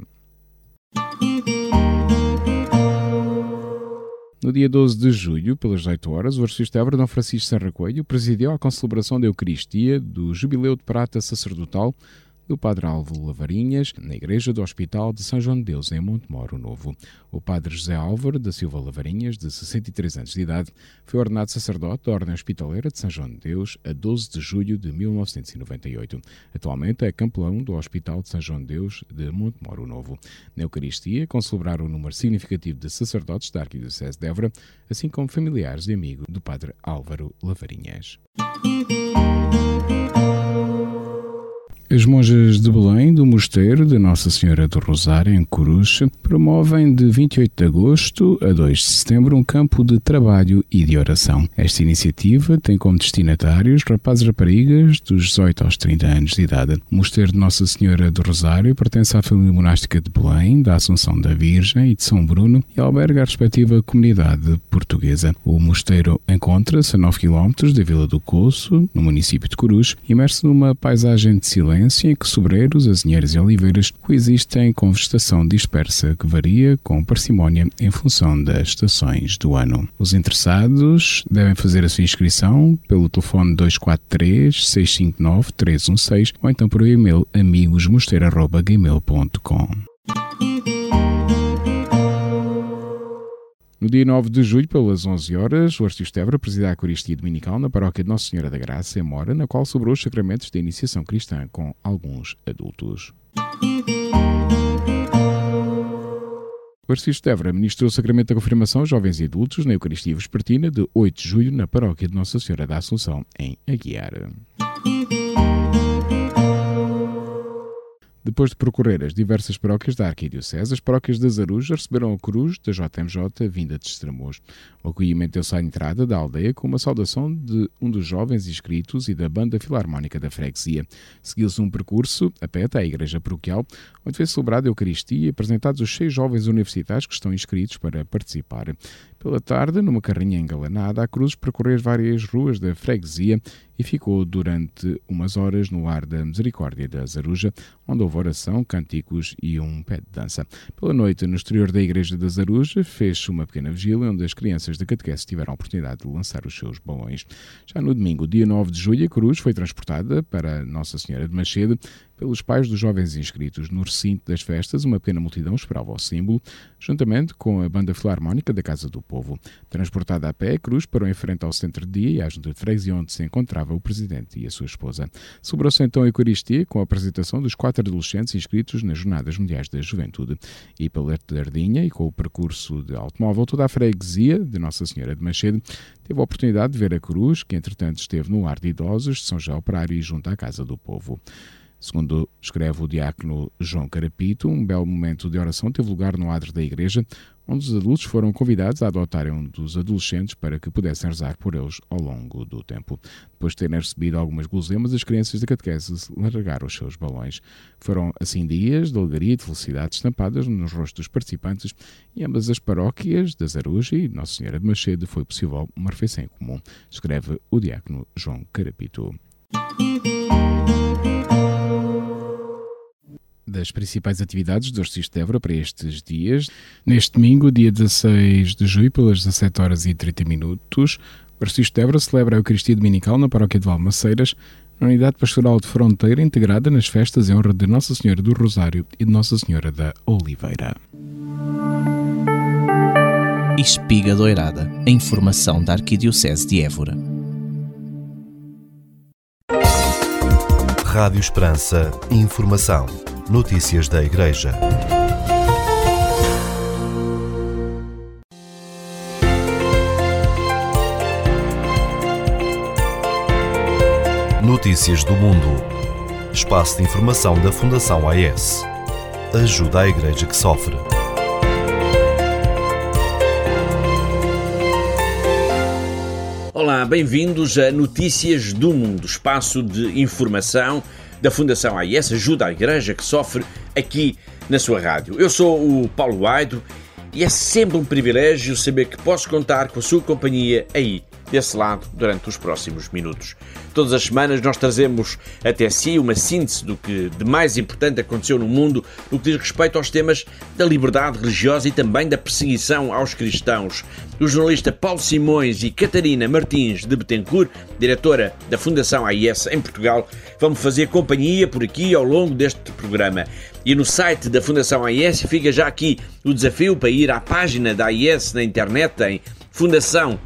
No dia doze de julho, pelas dezoito horas, o arcebispo de Évora, Dom Francisco Serra Coelho, presidiu a concelebração da Eucaristia do Jubileu de Prata Sacerdotal do Padre Álvaro Lavarinhas, na Igreja do Hospital de São João de Deus, em Montemoro Novo. O Padre José Álvaro da Silva Lavarinhas, de sessenta e três anos de idade, foi ordenado sacerdote da Ordem Hospitaleira de São João de Deus a doze de julho de mil novecentos e noventa e oito. Atualmente é capelão do Hospital de São João de Deus de Montemoro Novo. Na Eucaristia, concelebraram um número significativo de sacerdotes da Arquidiocese de Évora, assim como familiares e amigos do Padre Álvaro Lavarinhas. As monjas de Belém, do Mosteiro de Nossa Senhora do Rosário, em Coruche, promovem de vinte e oito de agosto a dois de setembro um campo de trabalho e de oração. Esta iniciativa tem como destinatários rapazes e raparigas dos dezoito aos trinta anos de idade. O Mosteiro de Nossa Senhora do Rosário pertence à família monástica de Belém, da Assunção da Virgem e de São Bruno e alberga a respectiva comunidade portuguesa. O mosteiro encontra-se a nove quilómetros da Vila do Coço, no município de Coruche, imerso numa paisagem de silêncio em que sobreiros, azinheiras e oliveiras coexistem com vegetação dispersa que varia com parcimónia em função das estações do ano. Os interessados devem fazer a sua inscrição pelo telefone dois quatro três, seis cinco nove, três um seis ou então por e-mail amigosmosteiro arroba gmail ponto com. No dia nove de julho, pelas onze horas, o arcebispo de Évora presidirá a Eucaristia Dominical na paróquia de Nossa Senhora da Graça, em Mora, na qual celebrou os sacramentos da iniciação cristã com alguns adultos. O arcebispo de Évora ministrou o sacramento da confirmação aos jovens e adultos na Eucaristia Vespertina de oito de julho, na paróquia de Nossa Senhora da Assunção, em Aguiar. Depois de percorrer as diversas paróquias da Arquidiocese, as paróquias da Zaruja receberam a cruz da J M J vinda de Estremoz. O acolhimento deu-se à entrada da aldeia com uma saudação de um dos jovens inscritos e da banda filarmónica da freguesia. Seguiu-se um percurso a pé até à igreja paroquial, onde foi celebrada a Eucaristia e apresentados os seis jovens universitários que estão inscritos para participar. Pela tarde, numa carrinha engalanada, a cruz percorreu várias ruas da freguesia e ficou durante umas horas no Lar da Misericórdia da Zaruja, onde houve oração, cânticos e um pé de dança. Pela noite, no exterior da igreja da Zaruja, fez-se uma pequena vigília onde as crianças da catequese tiveram a oportunidade de lançar os seus balões. Já no domingo, dia nove de julho, a cruz foi transportada para Nossa Senhora de Macedo pelos pais dos jovens inscritos. No recinto das festas, uma pequena multidão esperava o símbolo, juntamente com a banda filarmónica da Casa do Povo. Transportada a pé, a cruz parou em frente ao centro de dia e à junta de freguesia, onde se encontrava o presidente e a sua esposa. Celebrou-se então a Eucaristia com a apresentação dos quatro adolescentes inscritos nas Jornadas Mundiais da Juventude. E pela Tardinha e com o percurso de automóvel, toda a freguesia de Nossa Senhora de Macedo teve a oportunidade de ver a cruz, que entretanto esteve no Lar de Idosos de São João Operário e junto à Casa do Povo. Segundo escreve o diácono João Carapito, um belo momento de oração teve lugar no adro da igreja, onde os adultos foram convidados a adotarem um dos adolescentes para que pudessem rezar por eles ao longo do tempo. Depois de terem recebido algumas guloseimas, as crianças da catequese largaram os seus balões. Foram assim dias de alegria e de felicidade estampadas nos rostos dos participantes e ambas as paróquias da Zaruja e Nossa Senhora de Macedo foi possível uma refeição em comum, escreve o diácono João Carapito. Das principais atividades do arcebispo de Évora para estes dias. Neste domingo, dia dezasseis de julho, pelas dezassete horas e trinta minutos, o arcebispo de Évora celebra a Eucaristia Dominical na paróquia de Valmaceiras, na unidade pastoral de Fronteira, integrada nas festas em honra de Nossa Senhora do Rosário e de Nossa Senhora da Oliveira. Espiga Doirada, a informação da Arquidiocese de Évora. Rádio Esperança. Informação. Notícias da Igreja. Notícias do Mundo. Espaço de informação da Fundação A E S. Ajuda à Igreja que sofre. Olá, Olá, bem-vindos a Notícias do Mundo, espaço de informação da Fundação A I S, Ajuda à Igreja que Sofre, aqui na sua rádio. Eu sou o Paulo Aido e é sempre um privilégio saber que posso contar com a sua companhia aí, desse lado, durante os próximos minutos. Todas as semanas nós trazemos até si uma síntese do que de mais importante aconteceu no mundo no que diz respeito aos temas da liberdade religiosa e também da perseguição aos cristãos. O jornalista Paulo Simões e Catarina Martins de Betancourt, diretora da Fundação A I S em Portugal, vão-me fazer companhia por aqui ao longo deste programa. E no site da Fundação A I S fica já aqui o desafio para ir à página da A I S na internet em fundação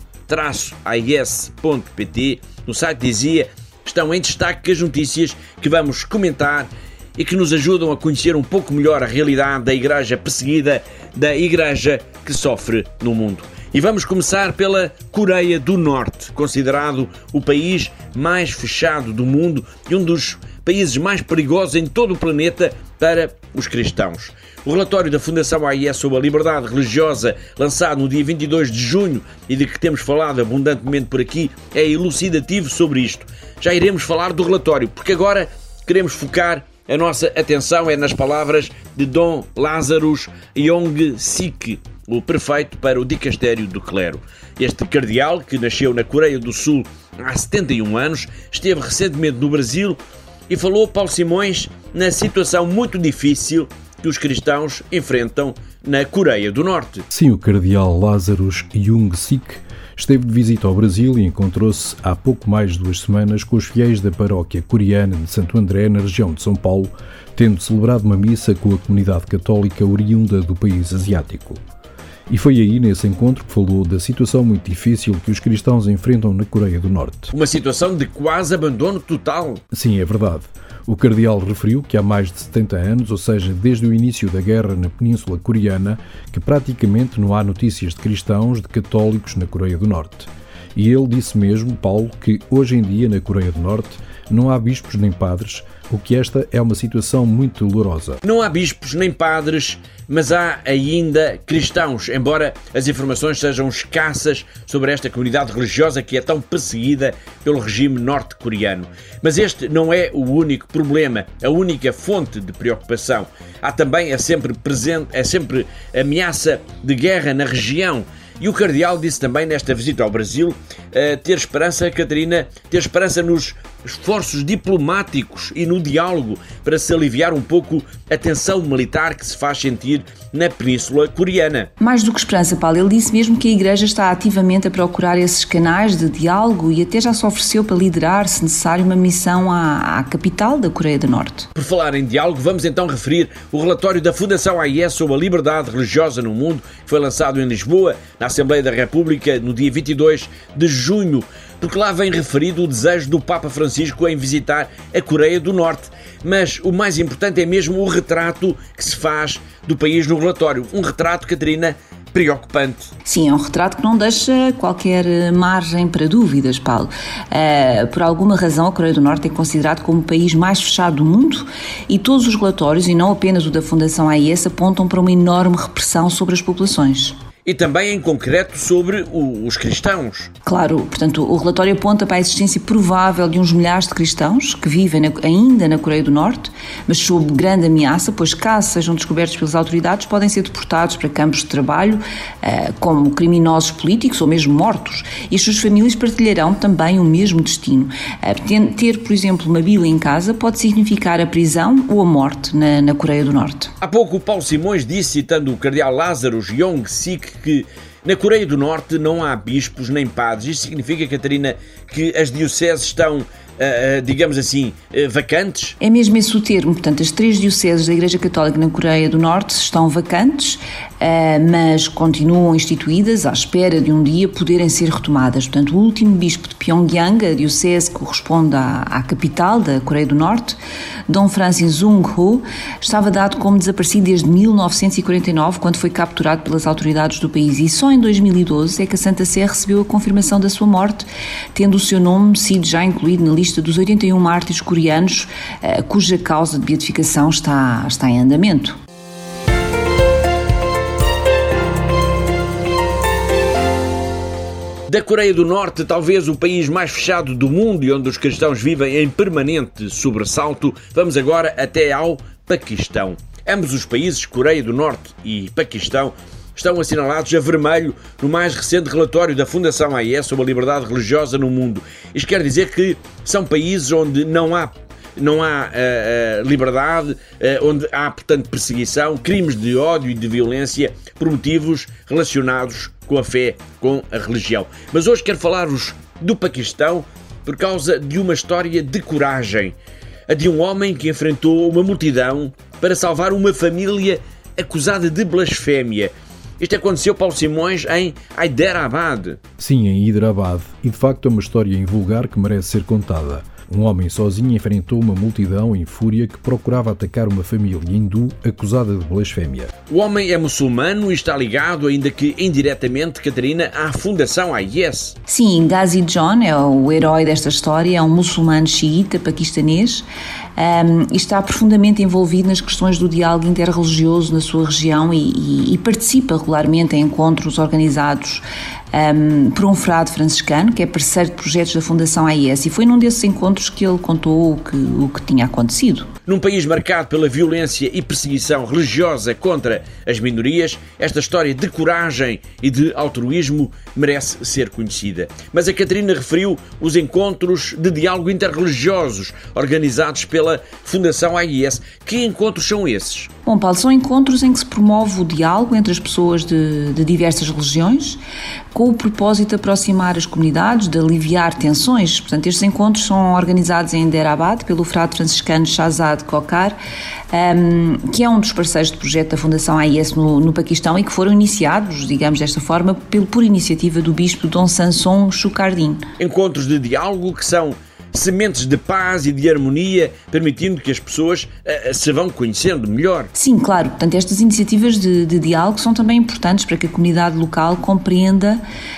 A I S ponto p t. No site dizia, estão em destaque as notícias que vamos comentar e que nos ajudam a conhecer um pouco melhor a realidade da igreja perseguida, da igreja que sofre no mundo. E vamos começar pela Coreia do Norte, considerado o país mais fechado do mundo e um dos países mais perigosos em todo o planeta para os cristãos. O relatório da Fundação A I S sobre a liberdade religiosa, lançado no dia vinte e dois de junho e de que temos falado abundantemente por aqui, é elucidativo sobre isto. Já iremos falar do relatório, porque agora queremos focar a nossa atenção é nas palavras de Dom Lazarus Yong-sik, o prefeito para o dicastério do clero. Este cardeal, que nasceu na Coreia do Sul há setenta e um anos, esteve recentemente no Brasil e falou, Paulo Simões, na situação muito difícil que os cristãos enfrentam na Coreia do Norte. Sim, o cardeal Lazarus Yong-sik esteve de visita ao Brasil e encontrou-se há pouco mais de duas semanas com os fiéis da paróquia coreana de Santo André, na região de São Paulo, tendo celebrado uma missa com a comunidade católica oriunda do país asiático. E foi aí, nesse encontro, que falou da situação muito difícil que os cristãos enfrentam na Coreia do Norte. Uma situação de quase abandono total. Sim, é verdade. O cardeal referiu que há mais de setenta anos, ou seja, desde o início da guerra na Península Coreana, que praticamente não há notícias de cristãos, de católicos na Coreia do Norte. E ele disse mesmo, Paulo, que hoje em dia na Coreia do Norte não há bispos nem padres, o que esta é uma situação muito dolorosa. Não há bispos nem padres, mas há ainda cristãos, embora as informações sejam escassas sobre esta comunidade religiosa que é tão perseguida pelo regime norte-coreano. Mas este não é o único problema, a única fonte de preocupação. Há também, é sempre presente, é sempre ameaça de guerra na região. E o cardeal disse também nesta visita ao Brasil uh, ter esperança, Catarina, ter esperança nos esforços diplomáticos e no diálogo para se aliviar um pouco a tensão militar que se faz sentir na Península Coreana. Mais do que esperança, Paulo, ele disse mesmo que a Igreja está ativamente a procurar esses canais de diálogo e até já se ofereceu para liderar, se necessário, uma missão à, à capital da Coreia do Norte. Por falar em diálogo, vamos então referir o relatório da Fundação A I S sobre a liberdade religiosa no mundo, que foi lançado em Lisboa, na Assembleia da República, no dia vinte e dois de junho, porque lá vem referido o desejo do Papa Francisco em visitar a Coreia do Norte. Mas o mais importante é mesmo o retrato que se faz do país no relatório. Um retrato, Catarina, preocupante. Sim, é um retrato que não deixa qualquer margem para dúvidas, Paulo. Uh, por alguma razão, a Coreia do Norte é considerado como o país mais fechado do mundo e todos os relatórios, e não apenas o da Fundação A I S, apontam para uma enorme repressão sobre as populações. E também em concreto sobre o, os cristãos. Claro, portanto, o relatório aponta para a existência provável de uns milhares de cristãos que vivem na, ainda na Coreia do Norte, mas sob grande ameaça, pois caso sejam descobertos pelas autoridades, podem ser deportados para campos de trabalho uh, como criminosos políticos ou mesmo mortos, e as suas famílias partilharão também o mesmo destino. Uh, ter, por exemplo, uma Bíblia em casa pode significar a prisão ou a morte na, na Coreia do Norte. Há pouco o Paulo Simões disse, citando o cardeal Lazarus Yong-sik, que na Coreia do Norte não há bispos nem padres. Isto significa, Catarina, que as dioceses estão, uh, uh, digamos assim, uh, vacantes? É mesmo esse o termo. Portanto, as três dioceses da Igreja Católica na Coreia do Norte estão vacantes, uh, mas continuam instituídas à espera de um dia poderem ser retomadas. Portanto, o último bispo de Pyongyang, a diocese que corresponde à, à capital da Coreia do Norte, Dom Francis Jung-ho, estava dado como desaparecido desde mil novecentos e quarenta e nove, quando foi capturado pelas autoridades do país, e só em dois mil e doze é que a Santa Sé recebeu a confirmação da sua morte, tendo o seu nome sido já incluído na lista dos oitenta e um mártires coreanos, cuja causa de beatificação está, está em andamento. Da Coreia do Norte, talvez o país mais fechado do mundo e onde os cristãos vivem em permanente sobressalto, vamos agora até ao Paquistão. Ambos os países, Coreia do Norte e Paquistão, estão assinalados a vermelho no mais recente relatório da Fundação A I S sobre a liberdade religiosa no mundo. Isto quer dizer que são países onde não há Não há uh, uh, liberdade, uh, onde há, portanto, perseguição, crimes de ódio e de violência por motivos relacionados com a fé, com a religião. Mas hoje quero falar-vos do Paquistão por causa de uma história de coragem, a de um homem que enfrentou uma multidão para salvar uma família acusada de blasfémia. Isto aconteceu, Paulo Simões, em Hyderabad. Sim, em Hyderabad. E de facto é uma história invulgar que merece ser contada. Um homem sozinho enfrentou uma multidão em fúria que procurava atacar uma família hindu acusada de blasfémia. O homem é muçulmano e está ligado, ainda que indiretamente, Catarina, à Fundação A I S. Sim, Ghazi John é o herói desta história, é um muçulmano xiita paquistanês um, e está profundamente envolvido nas questões do diálogo interreligioso na sua região e, e, e participa regularmente em encontros organizados Um, por um frade franciscano, que é parceiro de projetos da Fundação A I S, e foi num desses encontros que ele contou o que, o que tinha acontecido. Num país marcado pela violência e perseguição religiosa contra as minorias, esta história de coragem e de altruísmo merece ser conhecida. Mas a Catarina referiu os encontros de diálogo interreligiosos organizados pela Fundação A I S. Que encontros são esses? Bom, Paulo, são encontros em que se promove o diálogo entre as pessoas de, de diversas religiões, com o propósito de aproximar as comunidades, de aliviar tensões. Portanto, estes encontros são organizados em Hyderabad pelo frade franciscano Shahzad Khokhar, um, que é um dos parceiros de projeto da Fundação A I S no, no Paquistão e que foram iniciados, digamos desta forma, por, por iniciativa do bispo Dom Samson Shukardin. Encontros de diálogo que são sementes de paz e de harmonia, permitindo que as pessoas uh, se vão conhecendo melhor. Sim, claro. Portanto, estas iniciativas de, de diálogo são também importantes para que a comunidade local compreenda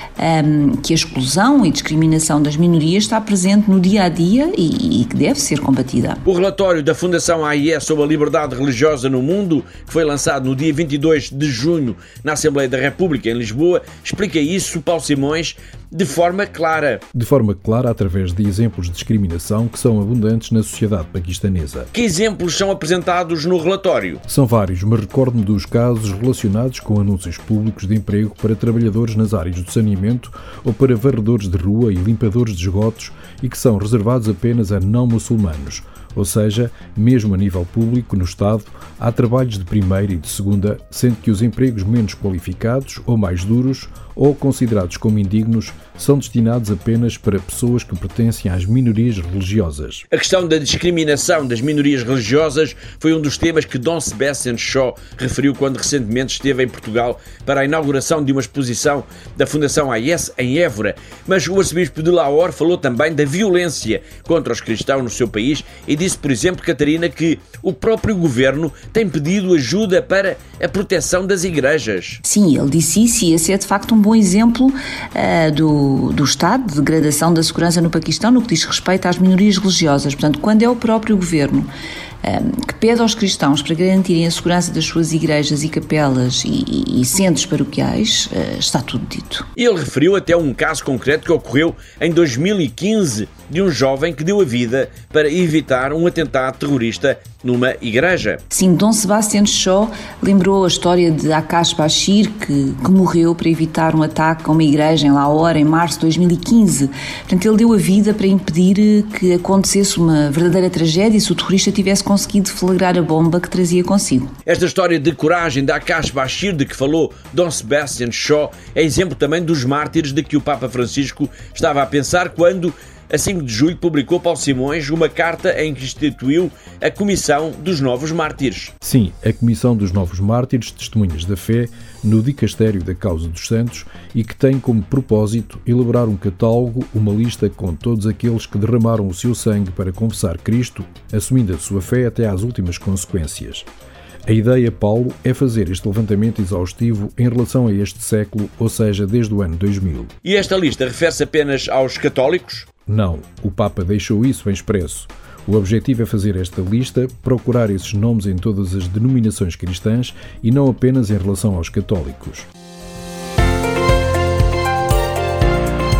um, que a exclusão e discriminação das minorias está presente no dia a dia e, e que deve ser combatida. O relatório da Fundação A I S sobre a liberdade religiosa no mundo, que foi lançado no dia vinte e dois de junho na Assembleia da República em Lisboa, explica isso, Paulo Simões, de forma clara. De forma clara, através de exemplos de discriminação que são abundantes na sociedade paquistanesa. Que exemplos são apresentados no relatório? São vários, mas recordo-me dos casos relacionados com anúncios públicos de emprego para trabalhadores nas áreas do saneamento ou para varredores de rua e limpadores de esgotos e que são reservados apenas a não muçulmanos. Ou seja, mesmo a nível público, no Estado, há trabalhos de primeira e de segunda, sendo que os empregos menos qualificados ou mais duros ou considerados como indignos são destinados apenas para pessoas que pertencem às minorias religiosas. A questão da discriminação das minorias religiosas foi um dos temas que Dom Sebastian Shaw referiu quando recentemente esteve em Portugal para a inauguração de uma exposição da Fundação A I S em Évora. Mas o arcebispo de Lahore falou também da violência contra os cristãos no seu país e disse, por exemplo, Catarina, que o próprio governo tem pedido ajuda para a proteção das igrejas. Sim, ele disse isso e esse é de facto um bom exemplo uh, do, do estado de degradação da segurança no Paquistão no que diz respeito às minorias religiosas. Portanto, quando é o próprio governo um, que pede aos cristãos para garantirem a segurança das suas igrejas e capelas e, e, e centros paroquiais, uh, está tudo dito. Ele referiu até um caso concreto que ocorreu em dois mil e quinze de um jovem que deu a vida para evitar um atentado terrorista numa igreja. Sim, Dom Sebastian Shaw lembrou a história de Akash Bashir, que, que morreu para evitar um ataque a uma igreja em Lahore em março de dois mil e quinze. Portanto, ele deu a vida para impedir que acontecesse uma verdadeira tragédia se o terrorista tivesse conseguido deflagrar a bomba que trazia consigo. Esta história de coragem de Akash Bashir, de que falou Dom Sebastian Shaw, é exemplo também dos mártires de que o Papa Francisco estava a pensar quando, a cinco de julho, publicou Paulo Simões uma carta em que instituiu a Comissão dos Novos Mártires. Sim, a Comissão dos Novos Mártires, Testemunhas da Fé, no Dicastério da Causa dos Santos, e que tem como propósito elaborar um catálogo, uma lista com todos aqueles que derramaram o seu sangue para confessar Cristo, assumindo a sua fé até às últimas consequências. A ideia, Paulo, é fazer este levantamento exaustivo em relação a este século, ou seja, desde o ano dois mil. E esta lista refere-se apenas aos católicos? Não, o Papa deixou isso em expresso. O objetivo é fazer esta lista, procurar esses nomes em todas as denominações cristãs e não apenas em relação aos católicos.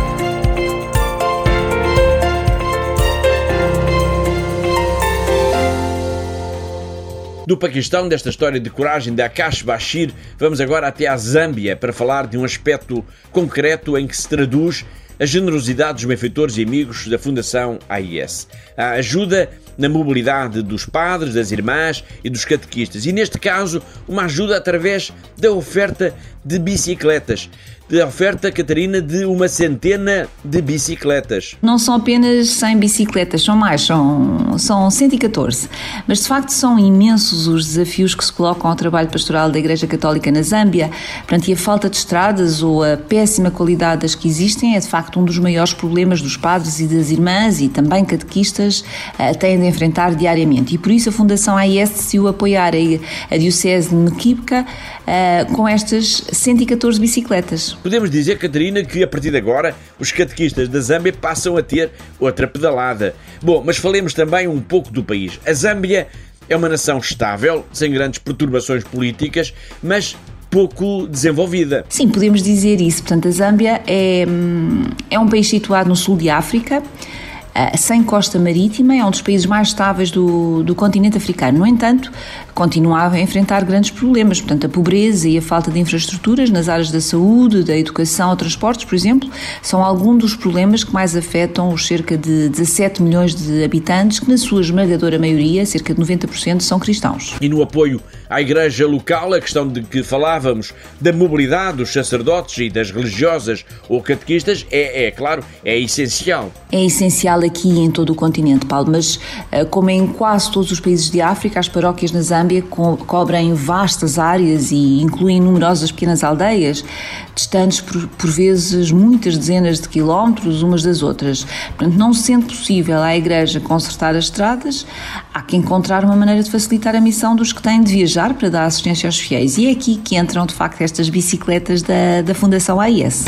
Do Paquistão, desta história de coragem de Akash Bashir, vamos agora até à Zâmbia para falar de um aspecto concreto em que se traduz a generosidade dos benfeitores e amigos da Fundação A I S. A ajuda na mobilidade dos padres, das irmãs e dos catequistas. E neste caso, uma ajuda através da oferta de bicicletas. Da oferta, Catarina, de uma centena de bicicletas. Não são apenas cem bicicletas, são mais, são, são cento e catorze. Mas de facto são imensos os desafios que se colocam ao trabalho pastoral da Igreja Católica na Zâmbia. Portanto, e a falta de estradas ou a péssima qualidade das que existem é de facto um dos maiores problemas dos padres e das irmãs e também catequistas uh, têm de enfrentar diariamente. E por isso a Fundação A I S decidiu apoiar a, a Diocese de Mequipca uh, com estas cento e catorze bicicletas. Podemos dizer, Catarina, que a partir de agora os catequistas da Zâmbia passam a ter outra pedalada. Bom, mas falemos também um pouco do país. A Zâmbia é uma nação estável, sem grandes perturbações políticas, mas pouco desenvolvida. Sim, podemos dizer isso. Portanto, a Zâmbia é, é um país situado no sul de África, sem costa marítima, é um dos países mais estáveis do, do continente africano. No entanto, continuava a enfrentar grandes problemas, portanto, a pobreza e a falta de infraestruturas nas áreas da saúde, da educação ou transportes, por exemplo, são alguns dos problemas que mais afetam os cerca de dezassete milhões de habitantes, que na sua esmagadora maioria, cerca de noventa por cento, são cristãos. E no apoio à igreja local, a questão de que falávamos da mobilidade dos sacerdotes e das religiosas ou catequistas é, é claro, é essencial. É essencial aqui em todo o continente, Paulo, mas como em quase todos os países de África, as paróquias na Zâmbia co- cobrem vastas áreas e incluem numerosas pequenas aldeias, distantes por, por vezes muitas dezenas de quilómetros umas das outras. Portanto, não sendo possível à Igreja consertar as estradas, há que encontrar uma maneira de facilitar a missão dos que têm de viajar para dar assistência aos fiéis. E é aqui que entram, de facto, estas bicicletas da, da Fundação A I S.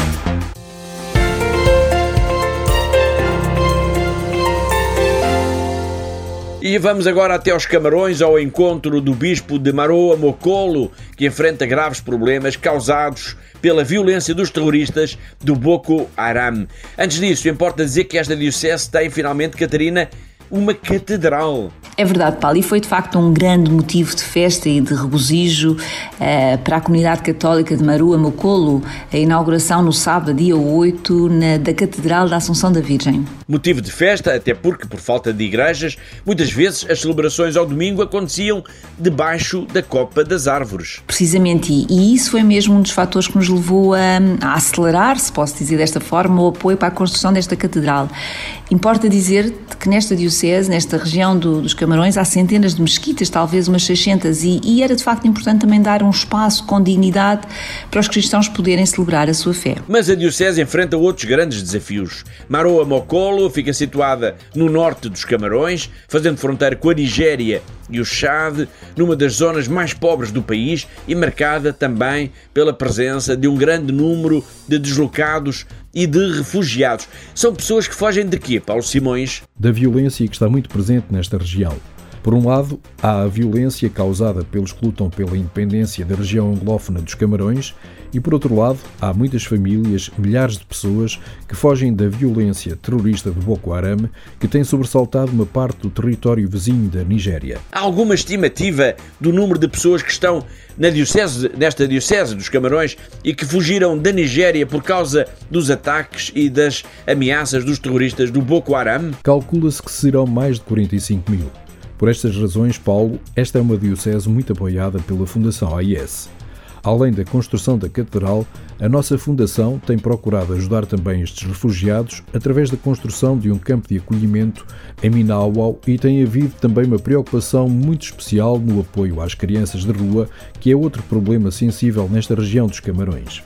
E vamos agora até aos Camarões, ao encontro do bispo de Maroa Mokolo, que enfrenta graves problemas causados pela violência dos terroristas do Boko Haram. Antes disso, importa dizer que esta diocese tem finalmente, Catarina, uma catedral. É verdade, Paulo, e foi de facto um grande motivo de festa e de regozijo uh, para a comunidade católica de Maroa Mokolo, a inauguração no sábado, dia oito, na, da Catedral da Assunção da Virgem. Motivo de festa, até porque, por falta de igrejas, muitas vezes as celebrações ao domingo aconteciam debaixo da copa das árvores. Precisamente, e, e isso foi mesmo um dos fatores que nos levou a, a acelerar, se posso dizer desta forma, o apoio para a construção desta catedral. Importa dizer que nesta diocese, nesta região do, dos Camarões, há centenas de mesquitas, talvez umas seiscentas, e, e era de facto importante também dar um espaço com dignidade para os cristãos poderem celebrar a sua fé. Mas a diocese enfrenta outros grandes desafios. Maroa Mokolo fica situada no norte dos Camarões, fazendo fronteira com a Nigéria e o Chad, numa das zonas mais pobres do país e marcada também pela presença de um grande número de deslocados e de refugiados. São pessoas que fogem de quê, Paulo Simões? Da violência que está muito presente nesta região. Por um lado, há a violência causada pelos que lutam pela independência da região anglófona dos Camarões e, por outro lado, há muitas famílias, milhares de pessoas que fogem da violência terrorista do Boko Haram, que tem sobressaltado uma parte do território vizinho da Nigéria. Há alguma estimativa do número de pessoas que estão na diocese, nesta diocese dos Camarões e que fugiram da Nigéria por causa dos ataques e das ameaças dos terroristas do Boko Haram? Calcula-se que serão mais de quarenta e cinco mil. Por estas razões, Paulo, esta é uma diocese muito apoiada pela Fundação A I S. Além da construção da catedral, a nossa fundação tem procurado ajudar também estes refugiados através da construção de um campo de acolhimento em Minauau e tem havido também uma preocupação muito especial no apoio às crianças de rua, que é outro problema sensível nesta região dos Camarões.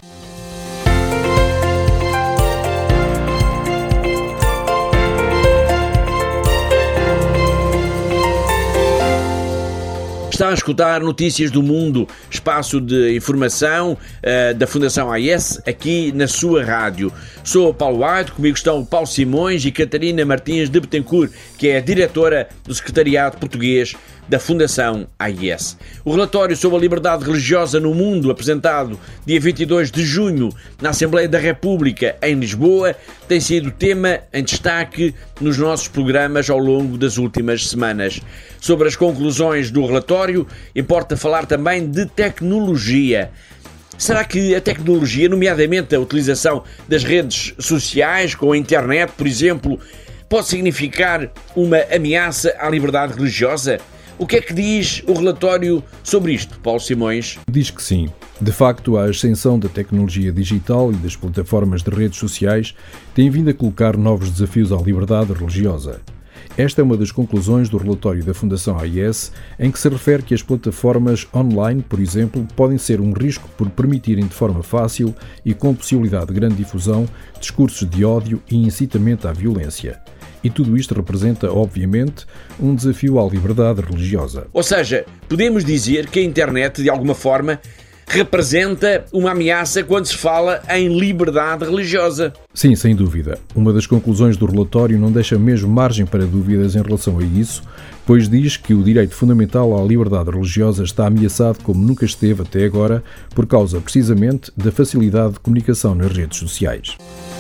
Está a escutar Notícias do Mundo, espaço de informação uh, da Fundação A I S, aqui na sua rádio. Sou o Paulo White, comigo estão o Paulo Simões e Catarina Martins de Betancourt, que é a diretora do Secretariado Português da Fundação A I S. O relatório sobre a liberdade religiosa no mundo, apresentado dia vinte e dois de junho na Assembleia da República em Lisboa, tem sido tema em destaque nos nossos programas ao longo das últimas semanas. Sobre as conclusões do relatório, importa falar também de tecnologia. Será que a tecnologia, nomeadamente a utilização das redes sociais, com a internet, por exemplo, pode significar uma ameaça à liberdade religiosa? O que é que diz o relatório sobre isto, Paulo Simões? Diz que sim. De facto, a ascensão da tecnologia digital e das plataformas de redes sociais tem vindo a colocar novos desafios à liberdade religiosa. Esta é uma das conclusões do relatório da Fundação A I S, em que se refere que as plataformas online, por exemplo, podem ser um risco por permitirem de forma fácil e com possibilidade de grande difusão discursos de ódio e incitamento à violência. E tudo isto representa, obviamente, um desafio à liberdade religiosa. Ou seja, podemos dizer que a internet, de alguma forma, representa uma ameaça quando se fala em liberdade religiosa. Sim, sem dúvida. Uma das conclusões do relatório não deixa mesmo margem para dúvidas em relação a isso, pois diz que o direito fundamental à liberdade religiosa está ameaçado como nunca esteve até agora, por causa precisamente da facilidade de comunicação nas redes sociais.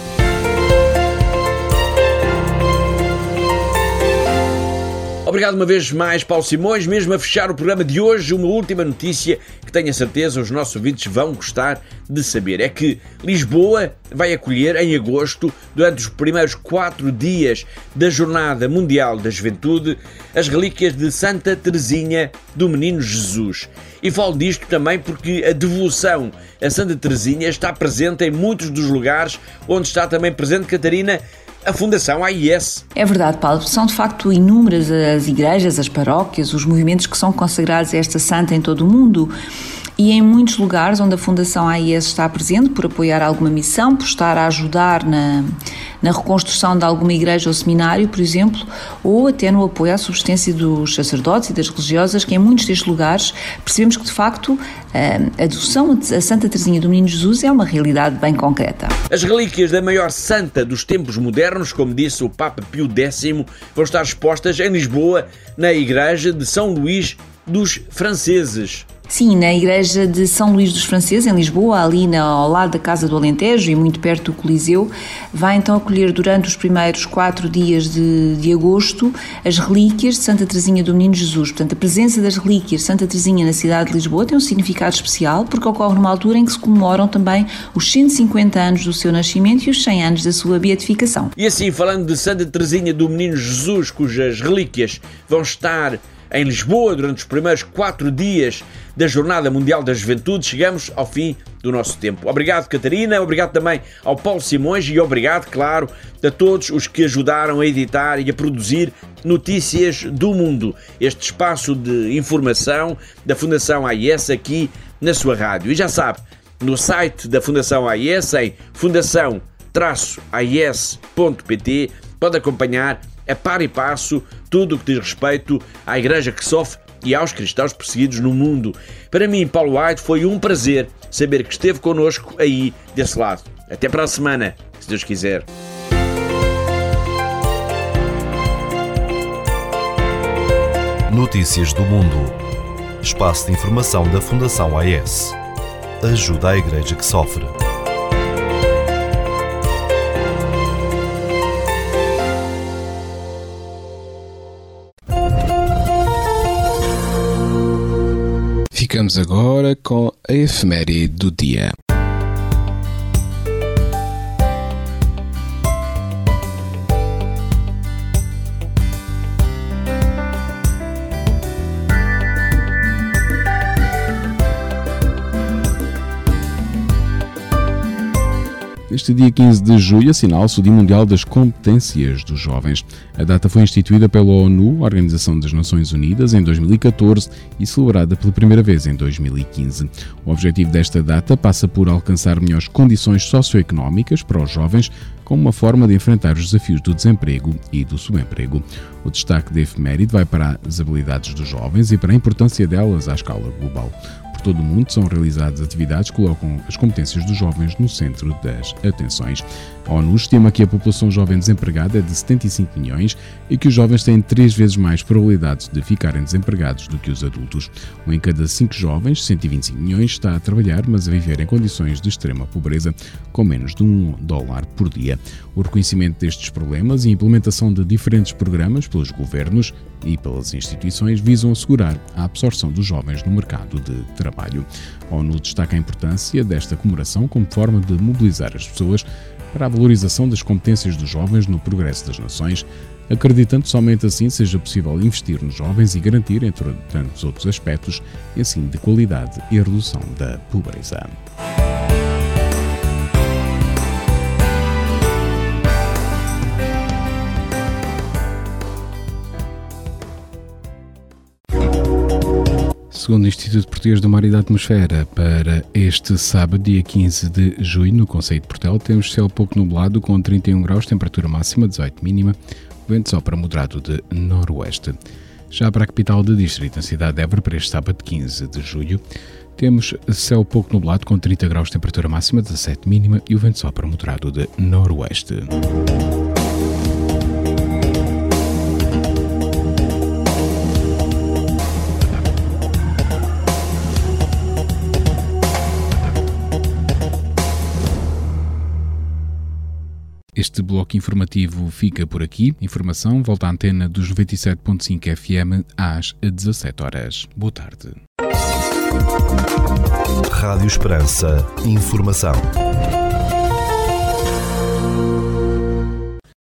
Obrigado uma vez mais, Paulo Simões. Mesmo a fechar o programa de hoje, uma última notícia que tenho a certeza os nossos ouvintes vão gostar de saber. É que Lisboa vai acolher em agosto, durante os primeiros quatro dias da Jornada Mundial da Juventude, as relíquias de Santa Teresinha do Menino Jesus. E falo disto também porque a devoção a Santa Teresinha está presente em muitos dos lugares onde está também presente, Catarina, a Fundação A I S. É verdade, Paulo. São de facto inúmeras as igrejas, as paróquias, os movimentos que são consagrados a esta santa em todo o mundo. E em muitos lugares onde a Fundação A I S está presente, por apoiar alguma missão, por estar a ajudar na, na reconstrução de alguma igreja ou seminário, por exemplo, ou até no apoio à subsistência dos sacerdotes e das religiosas, que em muitos destes lugares percebemos que, de facto, a adoção a Santa Teresinha do Menino Jesus é uma realidade bem concreta. As relíquias da maior santa dos tempos modernos, como disse o Papa Pio X, vão estar expostas em Lisboa, na igreja de São Luís dos Franceses. Sim, na igreja de São Luís dos Franceses, em Lisboa, ali na, ao lado da Casa do Alentejo e muito perto do Coliseu, vai então acolher durante os primeiros quatro dias de, de agosto as relíquias de Santa Teresinha do Menino Jesus. Portanto, a presença das relíquias de Santa Teresinha na cidade de Lisboa tem um significado especial, porque ocorre numa altura em que se comemoram também os cento e cinquenta anos do seu nascimento e os cem anos da sua beatificação. E assim, falando de Santa Teresinha do Menino Jesus, cujas relíquias vão estar em Lisboa durante os primeiros quatro dias da Jornada Mundial da Juventude, chegamos ao fim do nosso tempo. Obrigado, Catarina, obrigado também ao Paulo Simões e obrigado, claro, a todos os que ajudaram a editar e a produzir Notícias do Mundo, este espaço de informação da Fundação A I S aqui na sua rádio. E já sabe, no site da Fundação A I S, em fundação traço a i s ponto p t, pode acompanhar a par e passo tudo o que diz respeito à Igreja que sofre e aos cristãos perseguidos no mundo. Para mim, Paulo White, foi um prazer saber que esteve connosco aí desse lado. Até para a semana, se Deus quiser. Notícias do Mundo. Espaço de informação da Fundação A I S. Ajuda a Igreja que sofre. Ficamos agora com a efeméride do dia. Este dia quinze de julho assinala-se o Dia Mundial das Competências dos Jovens. A data foi instituída pela ONU, Organização das Nações Unidas, em dois mil e catorze e celebrada pela primeira vez em dois mil e quinze. O objetivo desta data passa por alcançar melhores condições socioeconómicas para os jovens, como uma forma de enfrentar os desafios do desemprego e do subemprego. O destaque da efeméride vai para as habilidades dos jovens e para a importância delas à escala global. por todo o mundo são realizadas atividades que colocam as competências dos jovens no centro das atenções. A ONU estima que a população jovem desempregada é de setenta e cinco milhões e que os jovens têm três vezes mais probabilidades de ficarem desempregados do que os adultos. Um em cada cinco jovens, cento e vinte e cinco milhões, está a trabalhar, mas a viver em condições de extrema pobreza, com menos de um dólar por dia. O reconhecimento destes problemas e a implementação de diferentes programas pelos governos e pelas instituições visam assegurar a absorção dos jovens no mercado de trabalho. A ONU destaca a importância desta comemoração como forma de mobilizar as pessoas para a valorização das competências dos jovens no progresso das nações, acreditando somente assim seja possível investir nos jovens e garantir, entre tantos outros aspectos, ensino de qualidade e a redução da pobreza. Segundo o Instituto Português do Mar e da Atmosfera, para este sábado, dia quinze de junho, no concelho de Portel, temos céu pouco nublado com trinta e um graus, temperatura máxima, dezoito mínima, vento sopra moderado de noroeste. Já para a capital do distrito, na cidade de Évora, para este sábado, quinze de julho, temos céu pouco nublado com trinta graus, temperatura máxima, dezassete mínima e o vento sopra moderado de noroeste. Este bloco informativo fica por aqui. Informação volta à antena dos noventa e sete ponto cinco F M às dezassete horas. Boa tarde. Rádio Esperança. Informação.